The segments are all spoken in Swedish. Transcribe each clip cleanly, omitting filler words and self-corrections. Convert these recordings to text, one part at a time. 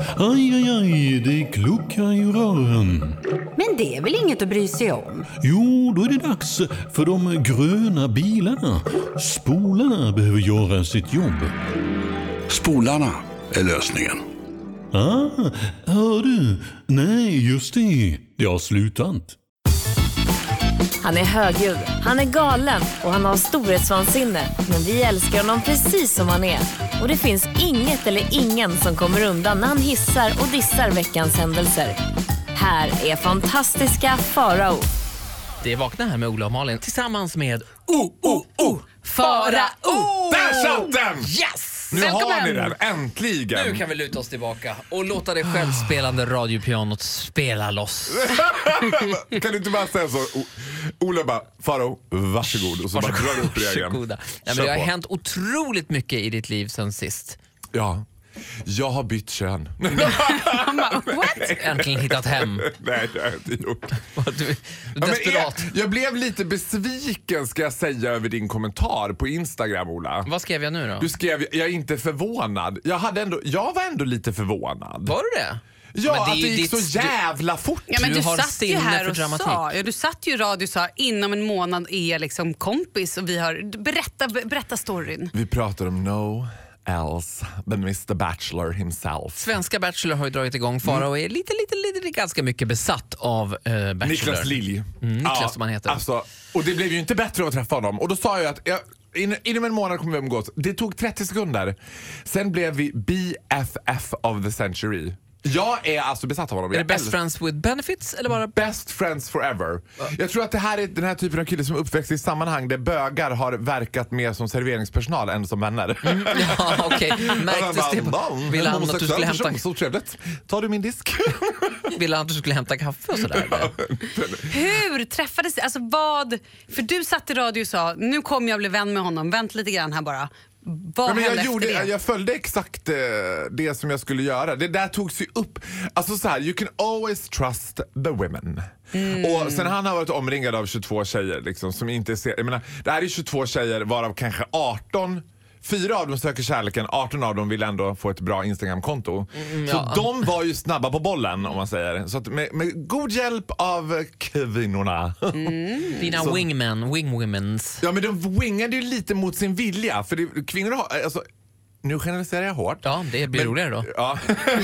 Aj, aj, aj, det kluckar i rören. Men det är väl inget att bry sig om? Jo, då är det dags för de gröna bilarna. Spolarna behöver göra sitt jobb. Spolarna är lösningen. Hör du? Nej, just det. Det har slutat. Han är högljudd, han är galen och han har storhetsvansinne. Men vi älskar honom precis som han är. Och det finns inget eller ingen som kommer undan när han hissar och dissar veckans händelser. Här är fantastiska Farao. Det är Vakna här med Ola och Malin tillsammans med Farao! Där satt den! Yes! Nu har ni den, äntligen. Nu kan vi luta oss tillbaka och låta det självspelande radiopianot spela loss. Kan du inte bara säga så? Ola bara, Farao, varsågod. Och så bara drar upp regeln. Det har hänt otroligt mycket i ditt liv sen sist. Ja, jag har bytt kön. Äntligen hittat hem. Nej, det har jag inte gjort. Du desperat. Jag blev lite besviken, ska jag säga, över din kommentar på Instagram, Ola. Vad skrev jag nu då? Du skrev, jag är inte förvånad. Jag var ändå lite förvånad. Var du det? Ja, att det gick så jävla fort. Ja, men du har satt ju här för och dramatik. du satt ju i radio och sa inom en månad är jag liksom kompis och vi har berätta storyn. Vi pratar om no else than Mr. Bachelor himself. Svenska Bachelor har ju dragit igång. Farao är lite ganska mycket besatt av Bachelor. Niklas Lilj. Niklas som han heter. Alltså, och det blev ju inte bättre att träffa honom. Och då sa jag att inom en månad kommer vi umgås. Det tog 30 sekunder. Sen blev vi BFF of the century. Jag är alltså besatt av honom. Är det best friends with benefits eller bara best friends forever? Jag tror att det här är den här typen av kille som är uppväxt i sammanhang där bögar har verkat mer som serveringspersonal än som vänner. Ja, okej. Märktes det? Ville han att du skulle hämta... Så trevligt. Tar du min disk? Ville han att du skulle hämta kaffe och sådär? Hur träffades det? Alltså vad... För du satt i radio och sa, nu kommer jag bli vän med honom. Vänt lite grann här bara. Jag följde exakt det som jag skulle göra. Det där togs ju upp. Alltså så här, you can always trust the women. Och sen han har varit omringad av 22 tjejer liksom, som inte ser, jag menar, det här är 22 tjejer varav kanske 18, 4 av dem söker kärleken, 18 av dem vill ändå få ett bra Instagram-konto. Så de var ju snabba på bollen, om man säger. Så att med god hjälp av kvinnorna. Dina wingwomens. Ja, men de wingade ju lite mot sin vilja. För kvinnor har, alltså, nu generaliserar jag hårt. Ja, det blir roligare då. Ja.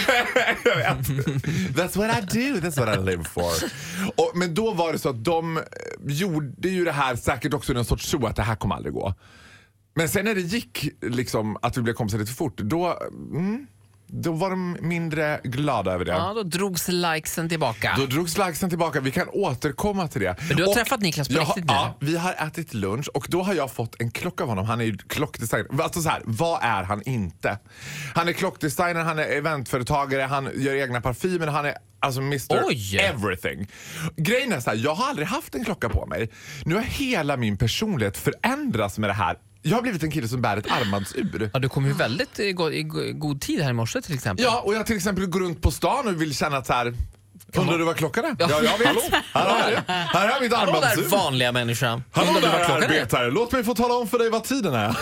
That's what I do, that's what I live for. Men då var det så att de gjorde ju det här säkert också en sorts show att det här kommer aldrig gå. Men sen när det gick liksom att vi blev kompisar lite för fort, då var de mindre glada över det. Ja, då drogs likesen tillbaka. Vi kan återkomma till det. Men du har träffat Niklas på riktigt nu? Ja, vi har ätit lunch och då har jag fått en klocka av honom. Han är ju klockdesigner. Alltså så här, vad är han inte? Han är klockdesigner, han är eventföretagare, han gör egna parfymer, han är alltså Mr. Everything. Grejen är så här, jag har aldrig haft en klocka på mig. Nu har hela min personlighet förändrats med det här. Jag har blivit en kille som bär ett armbandsur. Ja, du kom ju väldigt i god tid här i morse till exempel. Ja, och jag till exempel går runt på stan och vill känna att så här, undrar du vad klockan är? Ja, jag vet. Hallå, här är mitt armbandsur. Hallå där vanliga människa. Hallå där arbetare, låt mig få tala om för dig vad tiden är.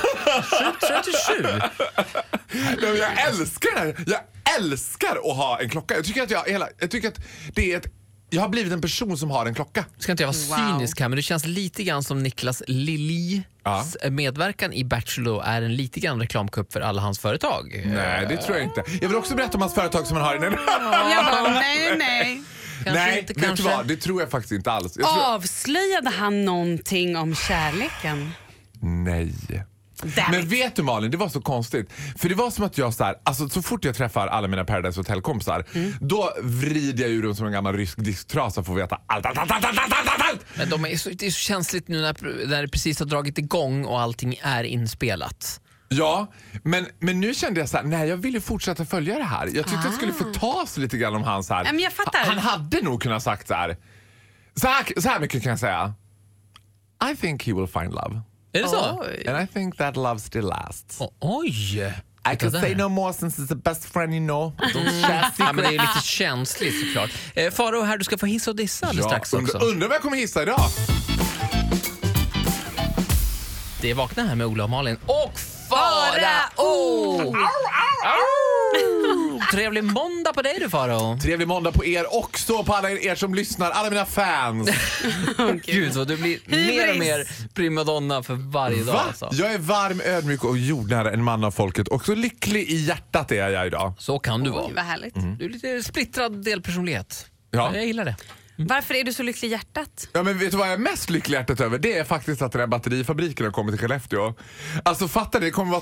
7:37. Jag älskar det här. Jag älskar att ha en klocka. Jag tycker att det är jag har blivit en person som har en klocka. Ska inte jag vara cynisk här, men det känns lite grann som Niklas Lilj. Medverkan i Bachelor är en lite grann reklamkupp för alla hans företag. Nej, det tror jag inte. Jag vill också berätta om hans företag som han har. Nej. Nej, vet du vad? Det tror jag faktiskt inte alls. Avslöjade han någonting om kärleken? Nej. Men vet du Malin, det var så konstigt. För det var som att jag så fort jag träffar alla mina Paradise Hotel-kompisar, då vrider jag ju runt som en gammal rysk disktrasa för att veta allt. Men det är så känsligt nu när det precis har dragit igång och allting är inspelat. Ja, men nu kände jag så här, nej, jag ville fortsätta följa det här. Jag tyckte att jag skulle förtas lite grann om han så här. Men jag fattar. Han hade nog kunnat sagt så här mycket kan jag säga. I think he will find love. Är det så? And I think that love still lasts. Oj! I can say no more since it's the best friend you know. Ja, men det är lite känsligt såklart. Farao här, du ska få hissa och dissa alldeles strax också. Undrar vad jag kommer hissa idag. Det är Vakna här med Ola och Malin. Och Farao! trevlig måndag på dig du, Faro. Trevlig måndag på er också, på alla er som lyssnar, alla mina fans. Gud, så du blir mer och mer primadonna för varje dag. Alltså. Jag är varm, ödmjuk och jordnära, en man av folket. Och så lycklig i hjärtat är jag idag. Så kan du vara. Vad härligt. Du är lite splittrad delpersonlighet. Ja. Jag gillar det. Varför är du så lycklig i hjärtat? Ja, men vet du vad jag är mest lycklig i hjärtat över? Det är faktiskt att den här batterifabriken har kommit till Skellefteå. Alltså fattar det kommer vara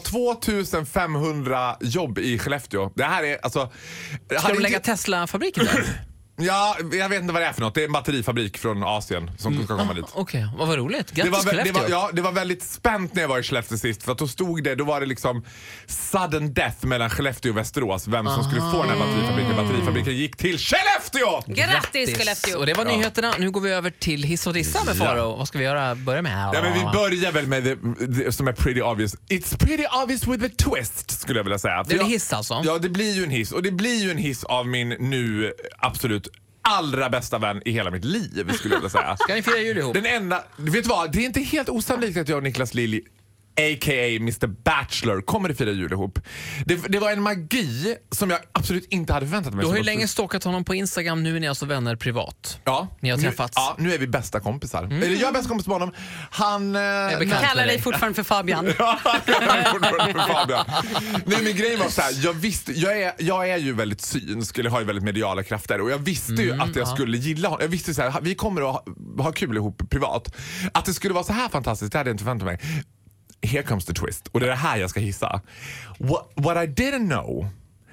2500 jobb i Skellefteå. Det här är alltså... Ska de lägga Tesla-fabriken där? Ja, jag vet inte vad det är för något. Det är en batterifabrik från Asien som ska komma dit. Okej, vad roligt. Grattis Skellefteå. Det var väldigt spänt när jag var i Skellefteå sist. För att då var det liksom sudden death mellan Skellefteå och Västerås. Vem som skulle få den här batterifabriken. Batterifabriken gick till Skellefteå! Grattis Skellefteå! Och det var nyheterna. Nu går vi över till hiss och dissa med Faro. Vad ska vi börja med? Ja, men vi börjar väl med det som är pretty obvious. It's pretty obvious with a twist, skulle jag vilja säga. Det blir hiss alltså? Ja, det blir ju en hiss. Och det blir ju en hiss av min nu absolut allra bästa vän i hela mitt liv, skulle jag vilja säga. Ska ni fira jul ihop? Den enda, vet du vad? Det är inte helt osannolikt att jag och Niklas Lilly, a.k.a. Mr. Bachelor, kommer att fira jul ihop. Det var en magi som jag absolut inte hade förväntat mig. Du har ju länge stalkat honom på Instagram, nu är ni alltså vänner privat. Ja. Ni har träffats. Nu är vi bästa kompisar. Eller jag är bästa kompis med honom. Han kallar dig fortfarande för Fabian. Ja, fortfarande för Fabian. Nej, men grejen var så här, jag visste, jag är ju väldigt synsk, eller har ju väldigt mediala krafter, och jag visste ju att jag skulle gilla honom. Jag visste så här, vi kommer att ha kul ihop privat. Att det skulle vara så här fantastiskt, det hade jag inte förväntat mig. Here comes the twist. Och det är det här jag ska hissa. What I didn't know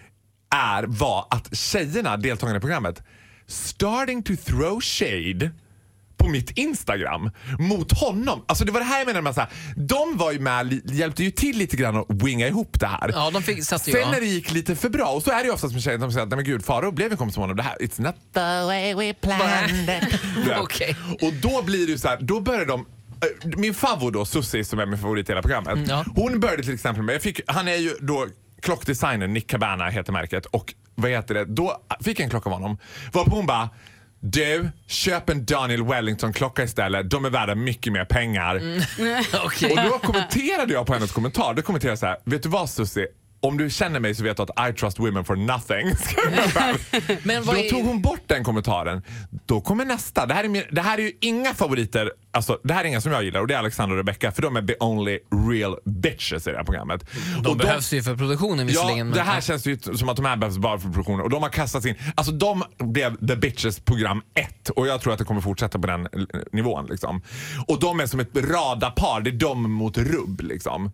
var att tjejerna, deltagarna i programmet, starting to throw shade på mitt Instagram mot honom. Alltså det var det här jag menade med de var ju med, hjälpte ju till lite grann att winga ihop det här. Ja, de fick satt ju. Sen när det gick lite för bra, och så är det ju oftast med tjejer som säger att nej men gud, Faro blev en kompis med honom. Det här, it's not the way we planned it. Okej. Och då blir det ju så här, då börjar de. Min favor då, Susie, som är min favorit i hela programmet. Hon började till exempel med, han är ju då klockdesigner, Nick Cabana heter märket. Och vad heter det? Då fick jag en klocka av honom. Varpå hon bara, du, köp en Daniel Wellington-klocka istället. De är värda mycket mer pengar. Okay. Och då kommenterade jag på hennes kommentar. Då kommenterade jag så här, vet du vad Susie? Om du känner mig så vet du att I trust women for nothing. Men då tog hon bort den kommentaren. Då kommer nästa. Det här är ju inga favoriter. Alltså, det här är inga som jag gillar. Och det är Alexandra och Rebecca. För de är the only real bitches i det här programmet. De behövs ju för produktionen visserligen. Ja, det här känns ju som att de här behövs bara för produktionen. Och de har kastats in. Alltså de blev the bitches program 1. Och jag tror att det kommer fortsätta på den nivån liksom. Och de är som ett radarpar. Det är de mot rubb liksom.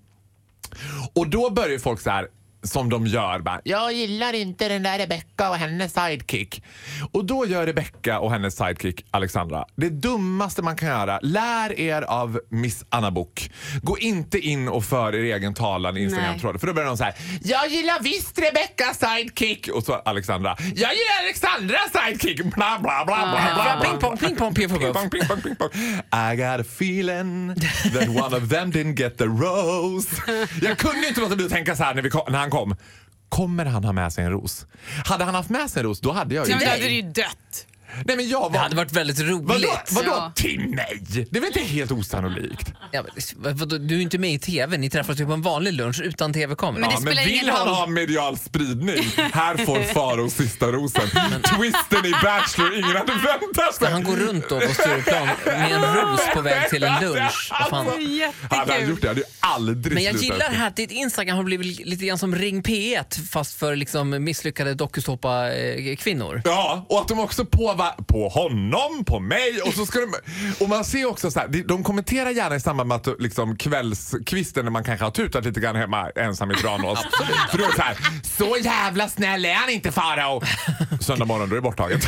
Och då börjar folk så här, som de gör, bara, jag gillar inte den där Rebecca och hennes sidekick. Och då gör Rebecca och hennes sidekick Alexandra det dummaste man kan göra. Lär er av Miss Anna Book. Gå inte in och för er egen talan i Instagram-tråden. För då börjar de så här, jag gillar visst Rebecca sidekick. Och så Alexandra, jag gillar Alexandra sidekick. Bla bla bla bla bla. Ping pong, ping pong, ping pong, ping pong, ping pong. I got a feeling that one of them didn't get the rose. Jag kunde inte låta bli att tänka så här när han kom. Kommer han ha med sig en ros? Hade han haft med sig en ros, då hade jag ju... Då hade det ju dött. Nej, men det hade varit väldigt roligt. Vadå till mig? Det är väl inte helt osannolikt? Ja, du är inte med i tv. Ni träffas ju på en vanlig lunch utan tv-kamera. Men vill han ha medial spridning? Här får Faro sista rosen. Twisten i Bachelor, ingen hade väntat sig. Han går runt då på Stureplan med en ros på väg till en lunch. Hade han gjort det hade ju aldrig. Men jag gillar här att ditt Instagram har blivit lite grann som Ring P1 fast för liksom misslyckade dokusåpa-kvinnor. Ja, och att de också på honom, på mig, och så ska och man ser också så här, de kommenterar gärna i samband med att liksom kvällskvisten när man kanske har tutat lite grann hemma ensam i Tranås. För då är det så här, så jävla snäll är han inte, Faro. Söndag morgon då är det borttaget.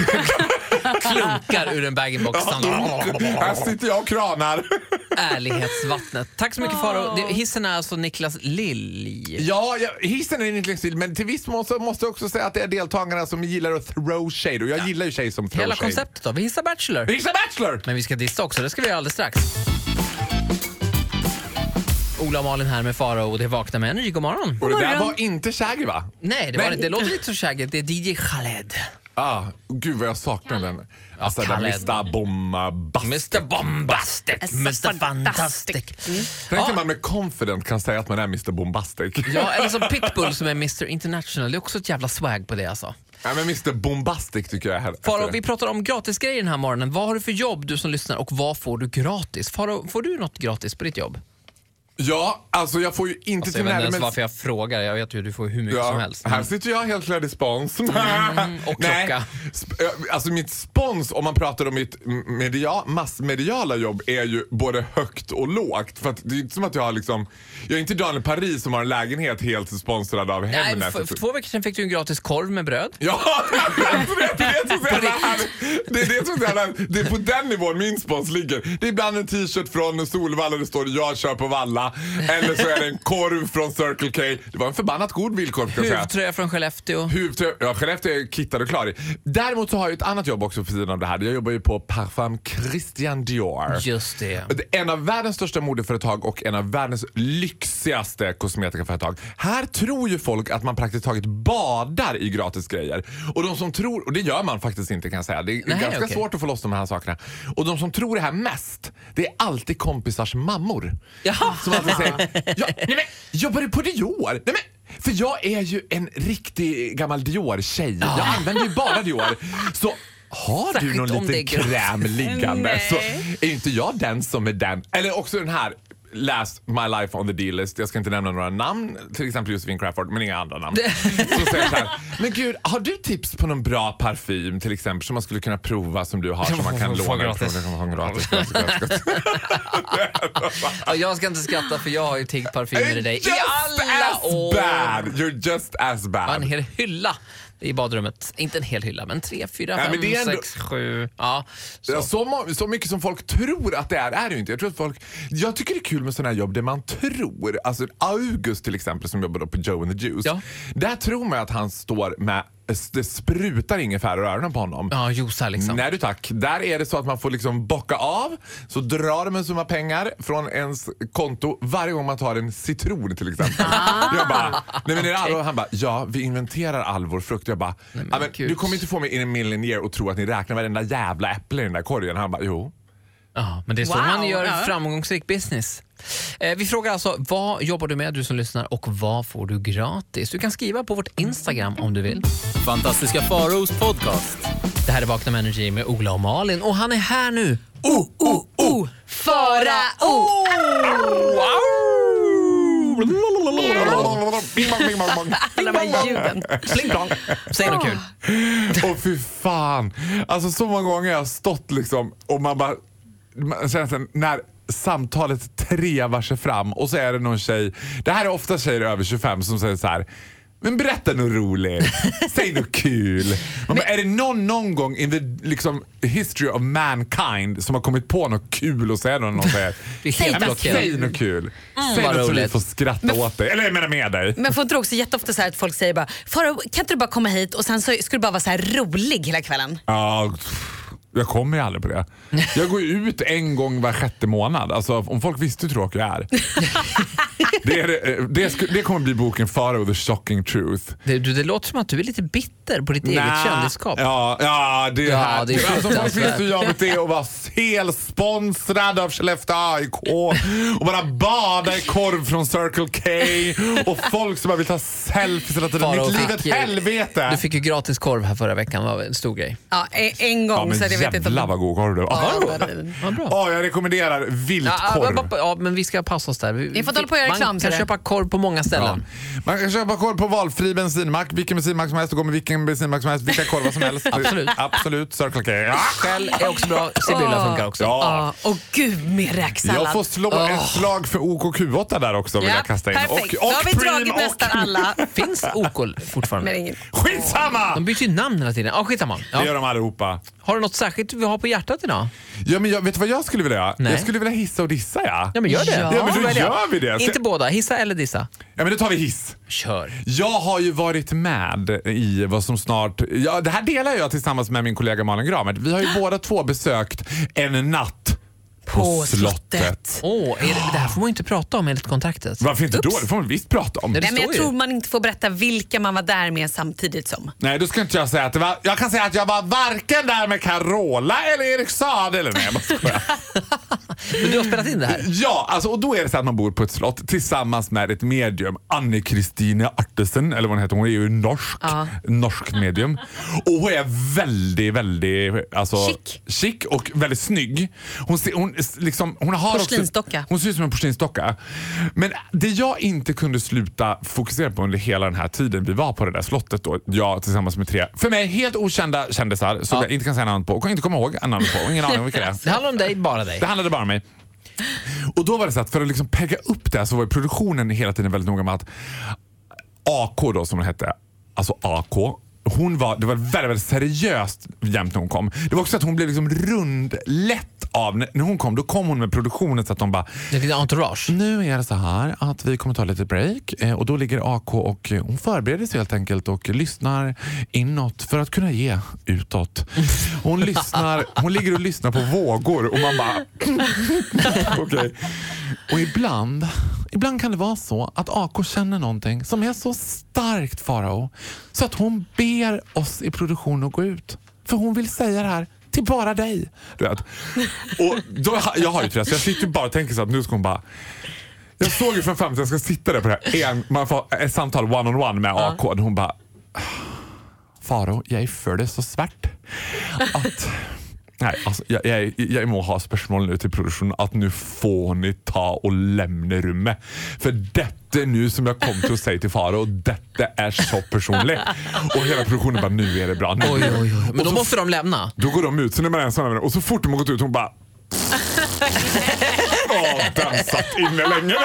Klunkar ur en bag-in-box. Här sitter jag och kranar. Ärlighetsvattnet. Tack så mycket, Faro. Hissen är alltså Niklas Lill. Ja, hissen är Niklas Lill, men till viss mån så måste jag också säga att det är deltagarna som gillar att throw shade. Och jag gillar ju tjejer som throw hela shade. Konceptet då. Vi hissar Bachelor. Men vi ska dissa också, det ska vi göra alldeles strax. Ola och Malin här med Faro och det vaknar med Energy. God morgon. Och det där var inte Shaggy, va? Nej, det låter lite så Shaggy. Det är DJ Khaled. Gud vad jag saknar den. Alltså Mr. Bombastic. Mr. Bombastic. Mr. Fantastic. Tänk att man med confident kan säga att man är Mr. Bombastic. Ja, eller som Pitbull som är Mr. International. Det är också ett jävla swag på det alltså. Ja, men Mr. Bombastic tycker jag är här. Faro, vi pratar om gratisgrejer den här morgonen. Vad har du för jobb, du som lyssnar, och vad får du gratis? Faro, får du något gratis på ditt jobb? Ja, alltså jag får ju inte jag vet inte ens varför jag frågar. Jag vet ju du får hur mycket som helst. Här sitter jag helt klädd i spons. Och klocka. Alltså mitt spons, om man pratar om mitt massmediala jobb, är ju både högt och lågt. För att det är inte som att jag har liksom... Jag är inte Daniel Paris som har en lägenhet helt sponsrad av Hemnet. För 2 veckor sedan fick du en gratis korv med bröd. Ja, det är på den nivån min spons ligger. Det är ibland en t-shirt från Solvalla, det står jag kör på Valla. Eller så är det en korv från Circle K. Det var en förbannat god villkor. Huvtröja från Skellefteå. Ja, Skellefteå är kittad och klar i. Däremot så har jag ett annat jobb också på sidan av det här. Jag jobbar ju på Parfum Christian Dior. Just det. En av världens största modeföretag och en av världens lyxigaste kosmetikaföretag. Här tror ju folk att man praktiskt taget badar i gratis grejer. Och de som tror, och det gör man faktiskt inte kan jag säga. Det är ganska svårt att få loss de här sakerna. Och de som tror det här mest, det är alltid kompisars mammor. Jaha. Som alltid säger, jobbar du på Dior? Nej, men, för jag är ju en riktig gammal Dior-tjej. Jag använder ju bara Dior. Så har särskilt du någon liten kräm liggande så är inte jag den som är den. Eller också den här, last My Life on the D-list. Jag ska inte nämna några namn, till exempel Josephine Crawford, men inga andra namn. Så säger så här, men gud, har du tips på någon bra parfym till exempel som man skulle kunna prova som du har, som man kan låna gratis. Jag ska inte skratta för jag har ju tiggt parfymer i dig i alla år. You're just as bad. En hel hylla i badrummet. Inte en hel hylla, men 3, 4, 5, 6, 7. Ja, så mycket som folk tror att det är det ju inte. Jag tycker det är kul med sådana här jobb där man tror. Alltså August till exempel som jobbar på Joe and the Juice. Ja. Där tror man att han står med, det sprutar ingefära i öronen på honom. Ja, juica liksom. Nej du tack. Där är det så att man får liksom bocka av, så drar de en summa pengar från ens konto varje gång man tar en citron till exempel. Jag bara, nej men är det han bara, ja vi inventerar all vår frukt. Jag bara, nej, men du kommer inte få mig in en million year och tro att ni räknar varenda jävla äpple i den där korgen. Han bara, jo. Ja, men det är så man gör en framgångsrik business. Vi frågar alltså, vad jobbar du med, du som lyssnar, och vad får du gratis? Du kan skriva på vårt Instagram om du vill. Fantastiska Faros podcast. Det här är Vakna med Energy med Ola och Malin, och han är här nu. Farao! Alla de här ljuden. Pling plong. Säg något kul. Åh fy fan. Alltså så många gånger jag har stått liksom och man bara känner när samtalet trevar sig fram och så är det någon tjej. Det här är ofta tjejer över 25 som säger så här: men berätta något roligt. Säg något kul. Men är det någon gång in the liksom, history of mankind som har kommit på något kul och säger någon säger säg något kul. Säg något så vi får skratta åt dig. Eller jag menar med dig. Men får inte du också jätteofta så här att folk säger bara, Farao, kan inte du bara komma hit och sen så ska du bara vara så här rolig hela kvällen? Ja, jag kommer ju aldrig på det. Jag går ut en gång var 6:e månad. Alltså om folk visste hur tråkig jag är. Det kommer bli boken Farao the shocking truth. Det låter som att du är lite bitter på ditt eget kändisskap. Ja, det är här. Det är alltså, folk visste hur jobbigt det är att vara helt sponsrad av Skellefteå AIK och bara bada i korv från Circle K och folk som bara vill ta selfies eller att mitt liv är ett helvete. Du fick ju gratis korv här förra veckan, var en stor grej. Ja, en gång. Ja, så det jävla vad god korv du var. Jag rekommenderar viltkorv. Ja, men vi ska passa oss där. Vi får hålla på att göra reklam. Man kan köpa korv på många ställen. Ja. Man kan köpa korv på valfri bensinmack, vilken bensinmack som helst, och gå med vilken bensinmack som helst, vilka korvar som helst. Absolut, Circle K. Ja. Shell är också bra, Sibylla funkar också. Ja. Och gud, med räksallad. Jag får slå ett slag för OKQ8 där också, vill jag kasta in. Perfekt, och har vi dragit nästan alla. Finns OK fortfarande? Skitsamma! De byter ju namn hela tiden. Skitsamma. Ja. Det gör de allihopa. Har du något särskilt vi har på hjärtat idag? Ja, men vet du vad jag skulle vilja göra? Nej. Jag skulle vilja hissa och dissa, Ja, men gör det. Ja, men då gör vi det. Inte båda, hissa eller dissa. Ja, men då tar vi hiss. Kör. Jag har ju varit med i vad som snart... Ja, det här delar jag tillsammans med min kollega Malin Gramert. Vi har ju båda två besökt en natt på slottet. Det här får man ju inte prata om enligt kontraktet. Varför inte då? Det får man visst prata om. Nej, men jag tror man inte får berätta vilka man var där med samtidigt som. Nej, då ska inte jag säga att det var... Jag kan säga att jag var varken där med Carola eller Erik Saade. Eller nej, Men du har spelat in det här? Ja, alltså, och då är det så att man bor på ett slott tillsammans med ett medium. Anne-Kristine Artesen, eller vad hon heter. Hon är ju norsk medium. Och hon är väldigt alltså, chic och väldigt snygg. Hon har porslinsdocka. Hon ser ut som en porslinsdocka. Men det jag inte kunde sluta fokusera på under hela den här tiden vi var på det där slottet då, jag tillsammans med 3 för mig helt okända kändisar som jag inte kan säga namn på och kan inte komma ihåg namn på. Ingen aning om vilka det är. Det handlar om dig, bara dig. Det handlade bara om mig. Och då var det så att för att liksom pegga upp det så var produktionen hela tiden väldigt noga med att AK då som hon hette, alltså AK, det var väldigt, väldigt seriöst jämt när hon kom. Det var också att hon blev liksom rundlätt av när hon kom. Då kom hon med produktionen så att de bara... Det är lite entourage. Nu är det så här att vi kommer ta lite break och då ligger AK och hon förbereder sig helt enkelt och lyssnar inåt för att kunna ge utåt. Hon ligger och lyssnar på vågor och man bara... Okej. Och ibland kan det vara så att AK känner någonting som är så starkt, Farao, så att hon ber oss i produktionen att gå ut. För hon vill säga det här till bara dig. Du vet. Och då, jag har ju så jag sitter bara och tänker så att nu ska hon bara... Jag såg ju framför mig att jag ska sitta där på det här. Man får ett samtal one-on-one med AK. Och hon bara... Farao, jag för det så svärt att... Nej, alltså, jag må ha spörsmål nu till produktionen att nu får ni ta och lämna rummet. För detta nu som jag kom till att säga till Farao, och detta är så personligt. Och hela produktionen bara, nu är det bra. Oj. Men då måste de lämna. Då går de ut, så när man är ensam, och så fort de har gått ut, hon bara... den satt inne länge.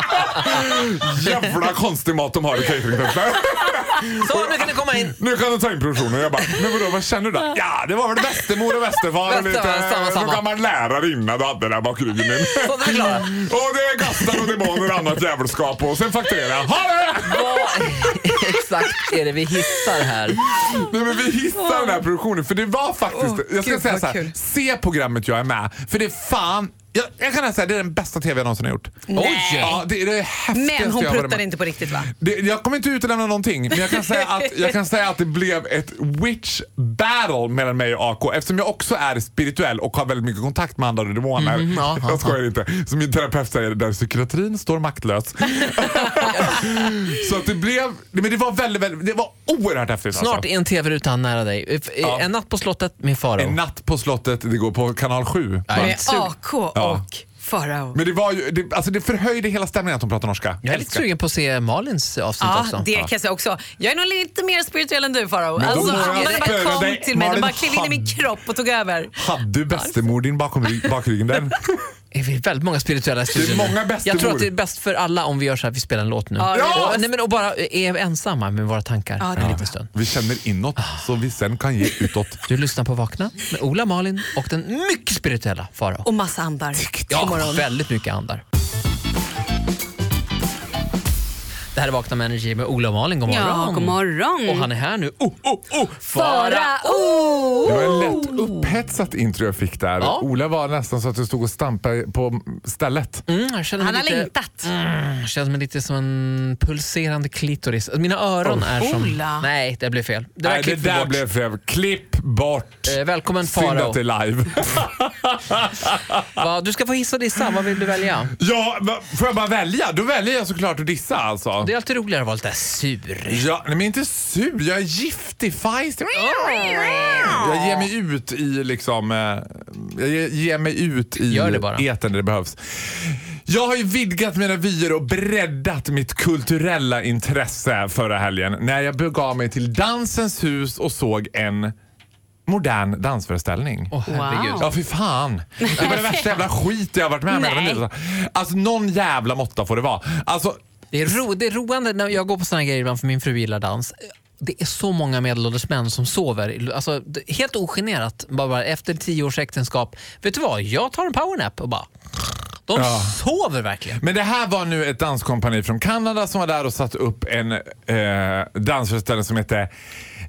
Jävla konstig mat de har i cateringfönstret. Så nu kan du komma in. Nu kan du ta in produktionen. Jag bara, men vadå, vad känner du då? Ja, det var väl bästemor och västerfar och lite samma. gammal lärare innan du hade där bak ryggen. Så det är klart. Och det är gastar och demoner och annat jävelskap och sen fakturera. Ha det! Vad exakt är det vi hissar här? Nej, men vi hissar den här produktionen för det var faktiskt, jag ska säga så här, se programmet jag är med, för det är fan... Jag kan säga det är den bästa tv jag någonsin har gjort. Nej. Ja, det är det häftigaste. Men hon pruttar inte på riktigt, va? Jag kommer inte utelämna någonting, men jag kan säga att det blev ett witch battle mellan mig och AK, eftersom jag också är spirituell och har väldigt mycket kontakt med andra demoner. Jag skojar inte. Som min terapeut säger, där psykiatrin står maktlös. Så att det blev, men det var väldigt, det var oerhört häftigt. Snart alltså. en tv-rutan nära dig. En natt på slottet med Farao. En natt på slottet, det går på kanal 7. Med AK och Farao. Men det var ju, det förhöjde hela stämningen att de pratar norska. Jag är lite sugen på att se Malins avsnitt också. Ja, det kan jag säga också. Jag är nog lite mer spirituell än du, Farao. Alltså, jag bara kom till mig, de bara klev in i min kropp och tog över. Hade du bästemor din bakryggen den? Det är väldigt många spirituella studier. Det är många bästemor. Jag tror att det är bäst för alla om vi gör så här, vi spelar en låt nu. Och bara är ensamma med våra tankar en liten stund. Vi känner inåt så vi sen kan ge utåt. Du lyssnar på Vakna med Ola, Malin och den mycket spirituella Farao. Och massa andar. Ja, väldigt mycket andar. Det här är Vakna med Energy med Ola och Malin. God morgon. Ja, god morgon. Och han är här nu. Farao! Det var en lätt upphetsat intro jag fick där. Ja. Ola var nästan så att du stod och stampade på stället. Han har längtat. Känns mig lite som en pulserande klitoris. Mina öron är som... Ola. Nej, det blev fel. Det där blev fel. Klipp bort. Välkommen Synd Farao. att det är live. Du ska få hissa och dissa. Vad vill du välja? Ja, får jag bara välja? Då väljer jag såklart att dissa alltså. Det är alltid roligare att vara lite sur. Ja, men inte sur. Jag är giftig, feisty. Jag ger mig ut i liksom... Jag ger mig ut i etern där det behövs. Jag har ju vidgat mina vyer och breddat mitt kulturella intresse förra helgen när jag begav mig till Dansens hus och såg en modern dansföreställning. Herregud. Ja, fy fan. Det var det värsta jävla skit jag har varit med om. Alltså, någon jävla måtta får det vara. Alltså... Det är roande när jag går på såna grejer ibland, för min fru gillar dans. Det är så många medelålders män som sover. Alltså, helt ogenerat. Bara efter 10 års äktenskap. Vet du vad? Jag tar en powernap och bara... De sover verkligen. Men det här var nu ett danskompani från Kanada som var där och satt upp en dansföreställning som heter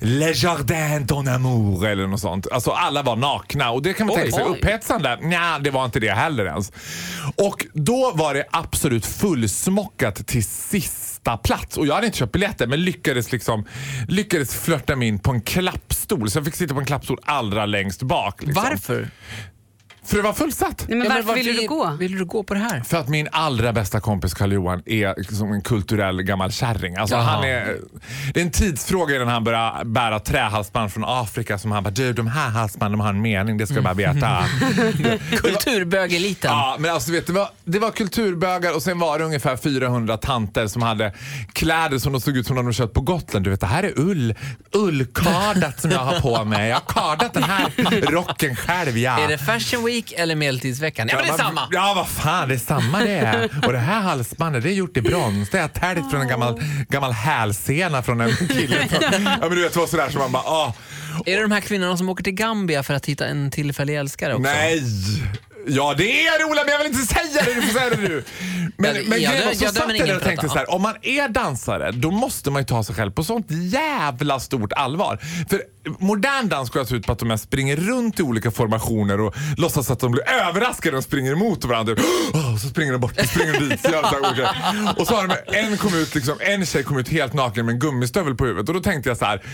Le Jardin ton amour eller något sånt. Alltså alla var nakna och det kan man tänka sig upphetsande. Nej, det var inte det heller ens. Och då var det absolut fullsmockat till sista plats. Och jag hade inte köpt biljetter men lyckades flörta mig in på en klappstol. Så jag fick sitta på en klappstol allra längst bak. Liksom. Varför? För det var fullsatt. Nej, men varför ville du gå? Vill du gå på det här? För att min allra bästa kompis Karl-Johan är som en kulturell gammal kärring. Alltså det är en tidsfråga innan han börjar bära trähalsband från Afrika som han bara, du, de här halsbanden har en mening, det ska jag bara veta. Kulturbögeliten. Ja, men alltså vet du, det var kulturbögar och sen var det ungefär 400 tanter som hade kläder som de såg ut som de köpt på Gotland. Du vet, det här är ullkardat som jag har på mig. Jag har kardat den här rocken själv, ja. Är det Fashion Week eller medeltidsveckan? Ja, men det är samma. Ja, vad fan, det är samma det är. Och det här halsbandet, det är gjort i brons. Det är tärt från en gammal hälsena från en kille. Ja, men du vet, vad sådär som man bara, Är det de här kvinnorna som åker till Gambia för att hitta en tillfällig älskare också? Nej! Ja, det är roligt, men jag vill inte säga det. Du får säga det nu. Men jag satt där och tänkte så här, om man är dansare, då måste man ju ta sig själv på sånt jävla stort allvar. För modern dans går alltså ut på att de springer runt i olika formationer och låtsas att de blir överraskade och springer emot varandra. Så springer de bort och springer dit. Och så har de en tjej kom ut helt naken med en gummistövel på huvudet. Och då tänkte jag så här,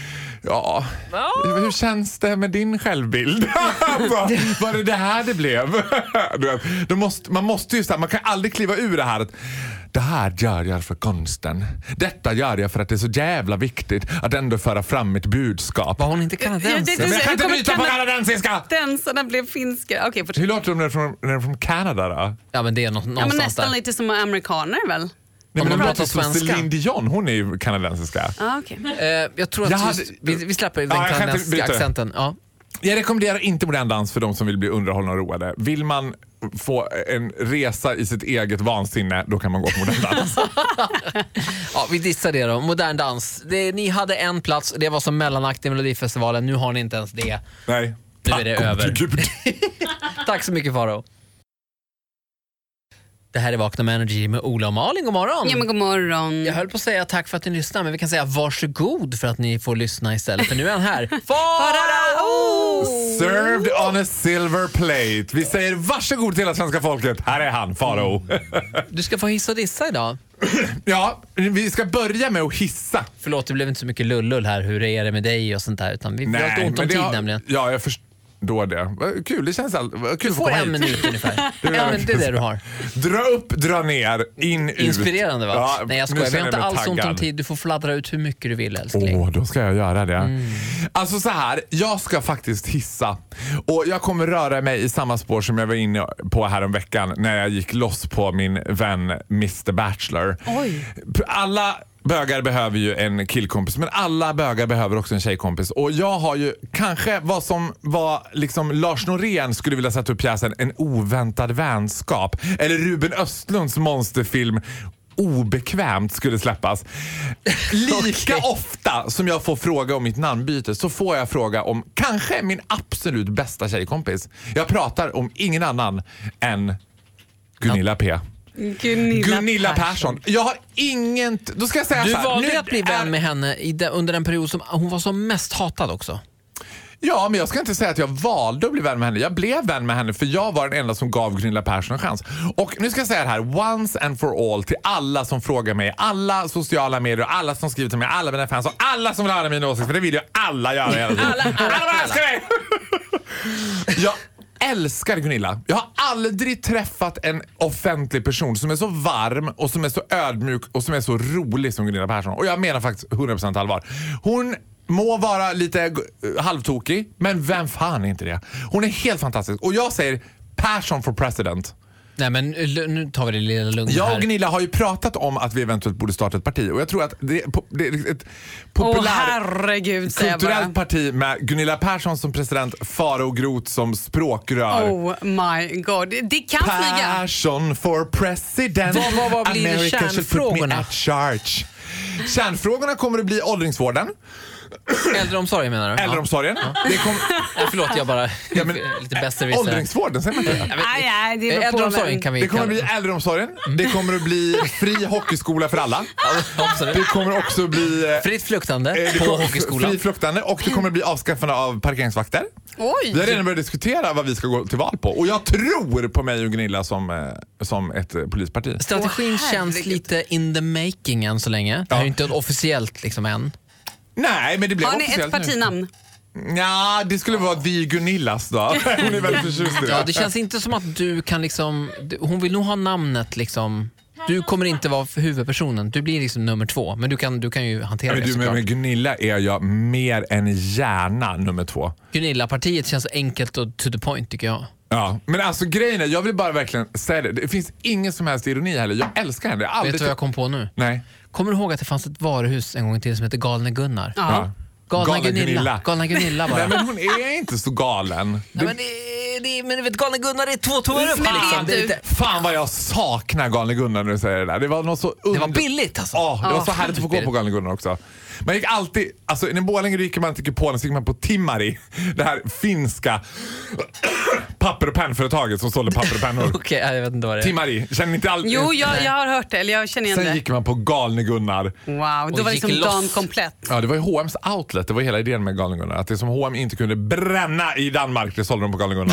hur känns det med din självbild? Var det här det blev? Man måste ju man kan aldrig kliva ur det här att det här gör jag för konsten. Detta gör jag för att det är så jävla viktigt att ändå föra fram mitt budskap. Var hon inte kanadensare? Men jag kan inte byta på kanadensiska! Dansarna blev finska. Okay, hur låter de när de är från Kanada då? Ja, men det är någonstans men nästan lite som amerikaner väl? Nej, men de pratar svenska. Celine Dion, hon är ju kanadensiska. Okay. Jag tror att vi släpper den kanadensiska accenten. Ja. Jag rekommenderar inte modern dans för de som vill bli underhållna och roade. Vill man få en resa i sitt eget vansinne, då kan man gå på modern dans. Ja, vi dissar det då. Modern dans. Ni hade en plats, det var som mellanakt i Melodifestivalen. Nu har ni inte ens det. Nej. Nu är det över. Tack så mycket, Faro. Det här är Vakna med Energy med Ola och Malin. God morgon. Ja, men god morgon. Jag höll på att säga tack för att ni lyssnar, men vi kan säga varsågod för att ni får lyssna istället. För nu är han här. Farao! Served on a silver plate. Vi säger varsågod till hela svenska folket. Här är han, Farao. Du ska få hissa och dissa idag. Ja, vi ska börja med att hissa. Förlåt, det blev inte så mycket lullull här. Hur är det med dig och sånt där. Utan vi har inte ont om tid nämligen. Ja, jag förstår. Då det. Kul, det känns kul. Du får en minut ungefär. Det är det du har. Dra upp, dra ner, in, ut. Inspirerande, va? Ja, nej, jag skojar. Vi har inte alls ont om tid. Du får fladdra ut hur mycket du vill, älskling. Då ska jag göra det. Alltså så här, jag ska faktiskt hissa. Och jag kommer röra mig i samma spår som jag var inne på här om veckan när jag gick loss på min vän Mr. Bachelor. Oj. Alla bögar behöver ju en killkompis, men alla bögar behöver också en tjejkompis. Och jag har ju kanske vad som var liksom Lars Norén skulle vilja sätta upp pjäsen En oväntad vänskap. Eller Ruben Östlunds monsterfilm Obekvämt skulle släppas. Lika ofta som jag får fråga om mitt namnbyte så får jag fråga om kanske min absolut bästa tjejkompis. Jag pratar om ingen annan än Gunilla P. Gunilla Persson. Jag har ingen... Då ska jag säga du så här, valde att bli vän med henne under den period som hon var som mest hatad också. Ja, men jag ska inte säga att jag valde att bli vän med henne. Jag blev vän med henne för jag var den enda som gav Gunilla Persson en chans. Och nu ska jag säga det här, once and for all, till alla som frågar mig, alla sociala medier, alla som skriver till mig, alla mina fans och alla som vill höra mina åsikter, för det vill ju alla göra hela tiden. Alla älskar mig! Jag älskar Gunilla. Jag har aldrig träffat en offentlig person som är så varm och som är så ödmjuk och som är så rolig som Gunilla Persson. Och jag menar faktiskt 100% allvar. Hon må vara lite halvtokig, men vem fan är inte det? Hon är helt fantastisk. Och jag säger Persson for president. Nej, men nu tar vi det lilla lugnt här. Jag och Gunilla har ju pratat om att vi eventuellt borde starta ett parti. Och jag tror att det är ett populärt kulturellt parti med Gunilla Persson som president, Farao Groth som språkrör. Oh my god, det kan flyga. Persson for president. Vad blir kärnfrågorna? Kärnfrågorna kommer att bli åldringsvården. Äldreomsorgen menar du? Äldreomsorgen. Förlåt, jag bara lite bäst. Åldringsvården, säger man inte. Nej, äldreomsorgen kan vi Det kommer att bli äldreomsorgen. Det kommer att bli fri hockeyskola för alla. Det kommer också att bli fritt fluktande på hockeyskolan. Fritt fluktande, och det kommer att bli avskaffande av parkeringsvakter. Oj. Vi har redan börjat diskutera vad vi ska gå till val på. Och jag tror på mig och Gunilla som ett polisparti. Strategin känns lite in the making än så länge. Det är ju inte officiellt liksom än. Nej, men det blir har ni officiellt ett partinamn? Ja, det skulle vara The Gunillas då. Hon är väldigt förtjust i det. Ja, det känns inte som att du kan liksom... Hon vill nog ha namnet liksom... Du kommer inte vara huvudpersonen. Du blir liksom nummer 2. Men du kan ju hantera det såklart. Men Gunilla är jag mer än gärna nummer 2. Gunilla-partiet känns enkelt och to the point tycker jag. Ja, men alltså grejen är, jag vill bara verkligen säga det. Det finns ingen som helst ironi heller. Jag älskar henne. Vet du vad jag kom på nu? Nej. Kommer du ihåg att det fanns ett varuhus en gång till som heter Galne Gunnar? Ja. Galna Gunilla bara. Nej, men hon är inte så galen. Ja, men du vet, Galne Gunnar är 2 tår upp. Fan vad jag saknar Galne Gunnar när du säger det där. Det var något så det var billigt alltså. Det var så härligt att få gå på Galne Gunnar också. Man gick alltid, alltså när Borlänge ryker man till Polen så gick man på Timari. Det här finska papper- och pennföretaget som sålde papper och pennor. Okej, jag vet inte vad det är. Timari, känner inte all... Jo, jag har hört det, eller jag känner igen det. Sen gick man på Galne Gunnar. Wow, då var det liksom dagen komplett. Ja, det var ju H&M's outlet, det var hela idén med Galne Gunnar. Att det som H&M inte kunde bränna i Danmark, det sålde de på Galne Gunnar.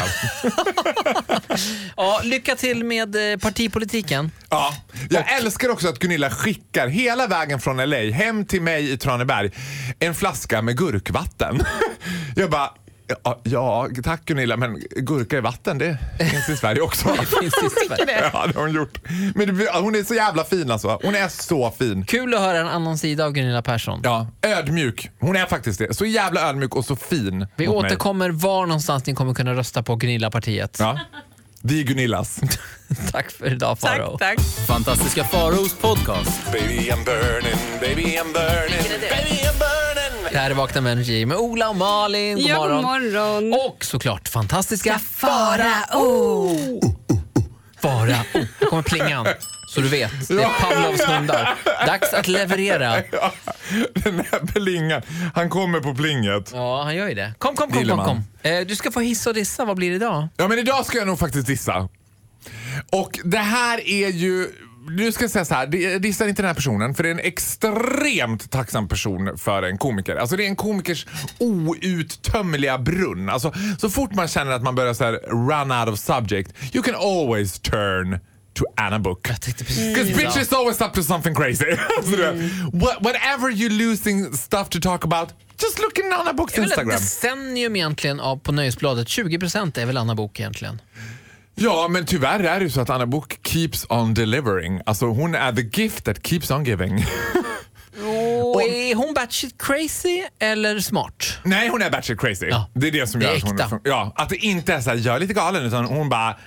Ja, lycka till med partipolitiken. Ja, jag älskar också att Gunilla skickar hela vägen från LA hem till mig i Traneberg en flaska med gurkvatten. Jag bara, ja, tack Gunilla, men gurka i vatten, det finns i Sverige också. Det finns i Sverige. Ja, det har hon gjort. Men hon är så jävla fin alltså. Hon är så fin. Kul att höra en annan sida av Gunilla Persson. Ja, ödmjuk. Hon är faktiskt det. Så jävla ödmjuk och så fin. Vi återkommer var någonstans ni kommer kunna rösta på Gunilla-partiet. Ja. Det är Gunillas. Tack för idag, Faro. Tack. Fantastiska Faros podcast. Baby I'm burning, baby I'm burning, baby I'm burning. Det här är Vakna med Energy med Ola och Malin. God morgon. God morgon. Och såklart fantastiska Farao. Farao. Här kommer plingan. Så du vet, det är Pavlovs hundar. Dags att leverera. Ja, den här plingan. Han kommer på plinget. Ja, han gör ju det. Kom. Du ska få hissa och dissa. Vad blir det idag? Ja, men idag ska jag nog faktiskt dissa. Och det här är ju... Nu ska jag säga så här, dissar inte den här personen, för det är en extremt tacksam person för en komiker. Alltså det är en komikers outtömliga brunn. Alltså så fort man känner att man börjar så här run out of subject, you can always turn to Anna Book. Because bitch is always up to something crazy. Whatever you're losing stuff to talk about, just look in Anna Books Instagram. Det decennium egentligen av på Nöjesbladet, 20% är väl Anna Bok egentligen. Ja, men tyvärr är det ju så att Anna Book keeps on delivering. Alltså hon är the gift that keeps on giving. Och är hon batshit crazy eller smart? Nej, hon är batshit crazy. Ja. Det är det som det gör är att hon äkta. ja, att det inte är så här, jag är lite galen, utan hon bara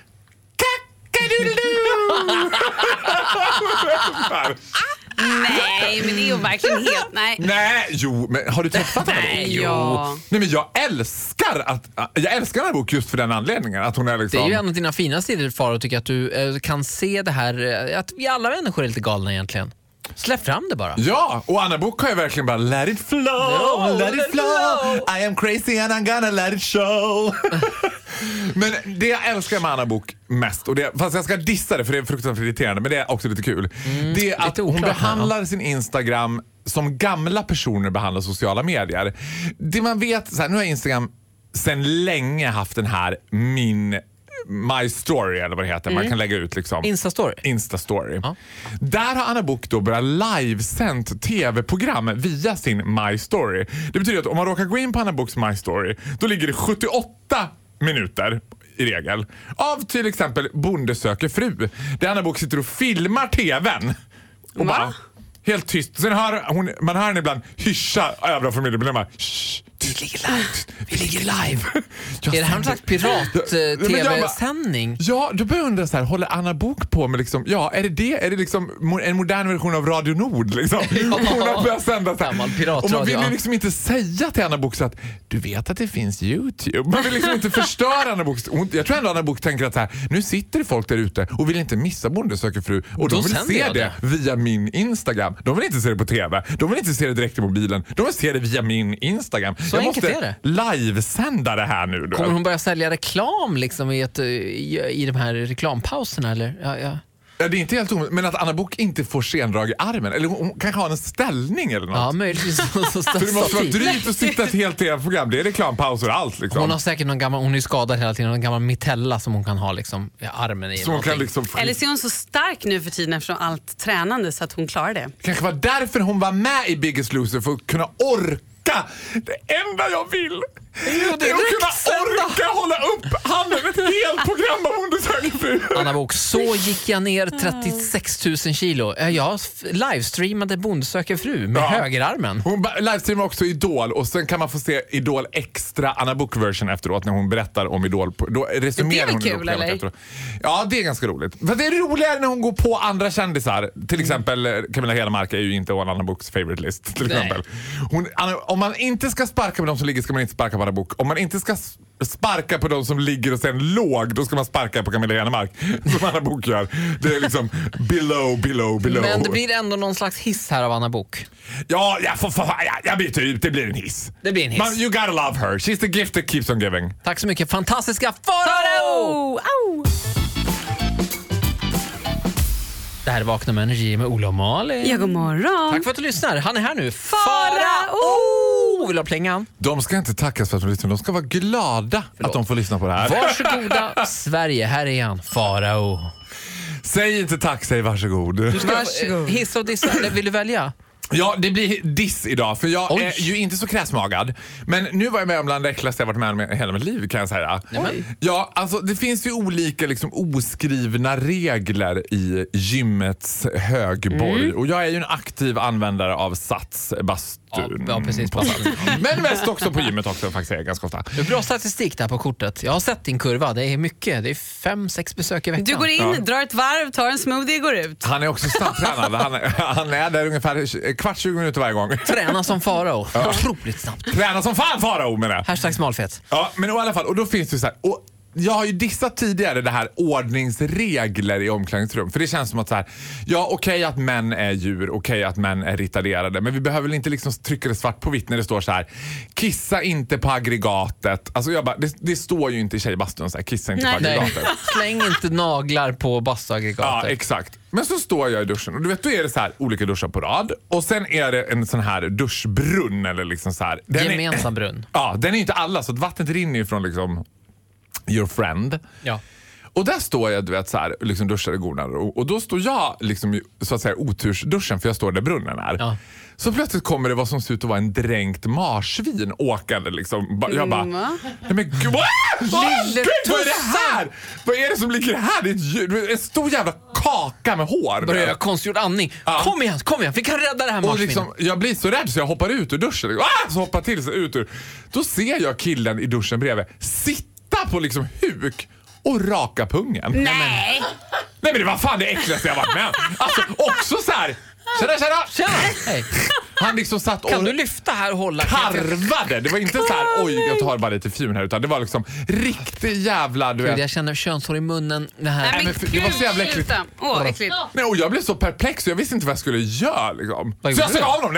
Nej, men det är ju verkligen helt... Nej, jo, men har du träffat henne? Nej, ja. Nej, men jag älskar den här bok just för den anledningen. Att hon är liksom... Det är ju en av dina fina sidor, Faro, och tycker att du kan se det här, att vi alla människor är lite galna egentligen. Släpp fram det bara. Ja, och Anna Book har ju verkligen bara let it flow, let it flow. I am crazy and I'm gonna let it show. Men det jag älskar med Anna Book mest, och det, fast jag ska dissa det för det är fruktansvärt irriterande, men det är också lite kul. Det är att hon behandlar sin Instagram som gamla personer behandlar sociala medier. Det man vet, så här, nu har Instagram sedan länge haft den här My Story eller vad det heter. Man kan lägga ut liksom Instastory. Ja. Där har Anna Book då börjat livesänt tv-program via sin My Story. Det betyder att om man råkar gå in på Anna Books My Story, då ligger det 78 minuter i regel av till exempel Bonde söker fru. Där Anna Book sitter och filmar tvn. Och bara helt tyst. Sen man hör henne ibland hyscha över familjen. Bara, Vi ligger live. Är det här någon slags pirat-tv-sändning? Ja, då börjar jag undra så här, håller Anna Bok på med liksom, är det liksom en modern version av Radio Nord liksom? Hon har börjat sända så här. Och man vill ju liksom inte säga till Anna Bok så att du vet att det finns YouTube. Man vill liksom inte förstöra Anna Bok. Jag tror ändå Anna Bok tänker att så här, nu sitter det folk där ute och vill inte missa Bonde söker fru, och de vill se det via min Instagram. De vill inte se det på TV. De vill inte se det direkt i mobilen. De vill se det via min Instagram. Så jag måste livesända det här nu. Kommer hon börja sälja reklam liksom i de här reklampauserna eller? Ja, det är inte helt omöjligt, men att Anna Bok inte får sendrag i armen. Eller hon kanske har en ställning eller något. Ja, möjligtvis. För det måste vara drygt att sitta ett helt tv-program. Det är reklampauser och allt liksom. Hon har säkert hon är ju skadad hela tiden. Någon gammal mitella som hon kan ha liksom i armen i. Som kan liksom eller så är hon så stark nu för tiden eftersom allt tränande så att hon klarar det. Kanske var därför hon var med i Biggest Loser, för att kunna orka. Det enda jag vill är att kunna orka hålla upp handen ett helt program av Bonde söker fru. Anna Bok, så gick jag ner 36 000 kilo. Jag livestreamade Bonde söker fru med högerarmen. Hon livestreamade också Idol, och sen kan man få se Idol extra Anna Bok-version efteråt när hon berättar om Idol. Då resumerar det är hon kul, eller? Efteråt. Ja, det är ganska roligt. För det är roligare när hon går på andra kändisar. Till exempel Camilla Hedemark är ju inte på Anna Boks favorite list. Till exempel. Om man inte ska sparka på de som ligger ska man inte sparka på Anna Bok. Om man inte ska sparka på de som ligger och sen låg, då ska man sparka på Camilla Hedemark som Anna Bok gör. Det är liksom below. Men det blir ändå någon slags hiss här av Anna Bok. Ja, jag byter ut. Det blir en hiss. Det blir en hiss. You gotta love her. She's the gift that keeps on giving. Tack så mycket, fantastiska Farao! Det här är Vakna med Energy med Ola och Malin. Ja, god morgon. Tack för att du lyssnar. Han är här nu. Farao! Vill du ha plingan? De ska inte tackas för att de lyssnar. De ska vara glada att de får lyssna på det här. Varsågoda Sverige. Här är han. Farao. Säg inte tack, säg varsågod. Du ska hissa och dissa. Eller vill du välja? Ja, det blir diss idag, för jag är ju inte så kräsmagad. Men nu var jag med om bland det äckligaste jag varit med om hela mitt liv, kan jag säga. Ja, alltså det finns ju olika liksom oskrivna regler i gymmets högborg. Och jag är ju en aktiv användare av Sats bastun. Ja, precis. Men mest också på gymmet också, faktiskt, ganska ofta. Det är bra statistik där på kortet. Jag har sett din kurva, det är mycket. Det är 5-6 besök i veckan. Du går in, drar ett varv, tar en smoothie och går ut. Han är också snabbtränad. Han är där ungefär 20 minuter varje gång. Träna som Farao. Otroligt snabbt. Träna som fan Farao, menar jag. Hashtag smalfett. Ja, men i alla fall. Och då finns det så här... Och jag har ju dissat tidigare det här ordningsregler i omklädningsrum. För det känns som att så här, ja, okej att män är djur, okej att män är retarderade, men vi behöver väl inte liksom trycka det svart på vitt när det står så här: kissa inte på aggregatet. Alltså jag bara, det står ju inte i tjejbastun så här, kissa inte på aggregatet. Släng inte naglar på bastuaggregatet. Ja, exakt. Men så står jag i duschen och du vet, då är det så här olika duschar på rad, och sen är det en sån här duschbrunn eller liksom så här. Gemensam brunn. Ja, den är ju inte alla, så att vattnet rinner ju från liksom your friend. Ja. Och där står jag, du vet, så här, liksom duschar och gonar, och då står jag liksom, så att säga, otursduschen, för jag står där brunnen är. Ja. Så plötsligt kommer det vad som ser ut att vara en dränkt marsvin åkande liksom. Jag bara, nej men gud, vad är det här? Vad är det som ligger här? Det är ett djur, en stor jävla kaka med hår. Börjar jag konstgjord andning. Ja. Kom igen, vi kan rädda det här marsvinet. Liksom, jag blir så rädd så jag hoppar ut ur duschen. Så hoppar till sig ut ur. Då ser jag killen i duschen bredvid sitta på liksom huk och raka pungen. Nej men det var fan det äckligaste jag varit med. Alltså också så här. Tjena. Hej. Han liksom satt och... Kan du lyfta här och hålla? Karvade. Det var inte så här, oj, jag tar bara lite fjun här, utan det var liksom riktigt jävla, du vet. Jag känner könshår i munnen. Det här. Nej, men det var så jävla äckligt. Äckligt. Nej, och jag blev så perplex och jag visste inte vad jag skulle göra liksom. Så jag såg av dem.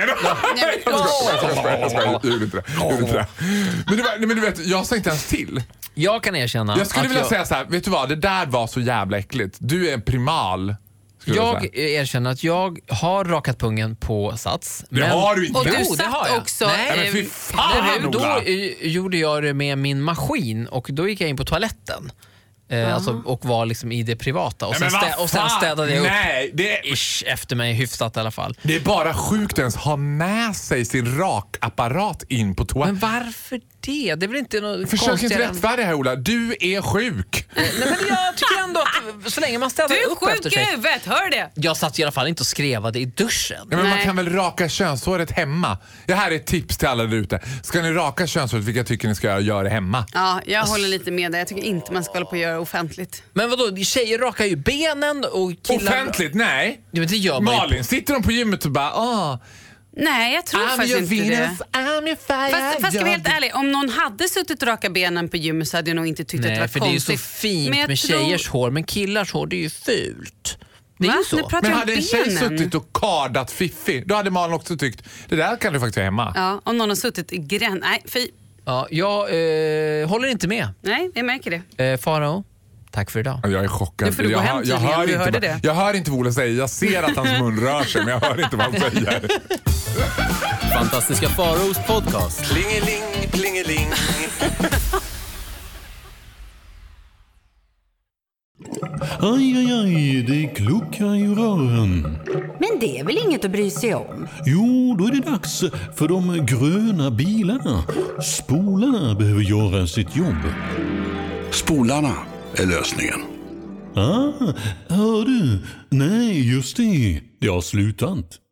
Men du vet, jag sa inte ens till. Jag kan erkänna. Jag skulle vilja säga så här, vet du vad, det där var så jävla äckligt. Du är en primal. Jag erkänner att jag har rakat pungen på Sats. Det har du inte. Och du satt också. Nej, men fy fan, då gjorde jag det med min maskin och då gick jag in på toaletten. Alltså, och var liksom i det privata. Och sen städade jag upp efter mig hyfsat i alla fall. Det är bara sjukt ens ha med sig sin rakapparat in på toa. Men varför det? Det är väl inte något Försök konstigt. inte rättfärdiga här, Ola. Du är sjuk. Nej, men jag tycker ändå att så länge man städar upp efter sig. Du är sjuk i huvudet, hör det? Jag satt i alla fall inte och skrevade i duschen. Ja, men man kan väl raka könshåret hemma. Det här är ett tips till alla där ute. Ska ni raka könshåret, vilka tycker ni ska göra det hemma? Ja, jag håller lite med dig. Jag tycker inte man ska hålla på att göra offentligt. Men vadå, tjejer rakar ju benen och killar... Offentligt? Nej. Ja, men det gör man Malin, sitter de på gymmet och bara Nej, jag tror faktiskt inte det. Fast ska vi helt ärlig, om någon hade suttit och rakat benen på gymmet så hade jag nog inte tyckt att det var för konstigt. Det är ju så fint med tjejers hår, men killars hår, det är ju fult. Det är ju så. Men hade en tjej suttit och kardat Fiffi, då hade Malin också tyckt, det där kan du faktiskt ha hemma. Ja, om någon har suttit i gräns. Nej, fy. Ja, jag håller inte med. Nej, jag märker det. Farao, tack för idag. Jag är chockad. Nu får du gå hem tydligen, jag hör inte vad Ola säger. Jag ser att hans mun rör sig, men jag hör inte vad han säger. Fantastiska Faraos podcast. Klingeling, klingeling. Aj, aj, aj, det kluckar i rören. Men det är väl inget att bry sig om? Jo, då är det dags för de gröna bilarna. Spolarna behöver göra sitt jobb. Spolarna är lösningen. Hör du? Nej, just det. Det har slutat.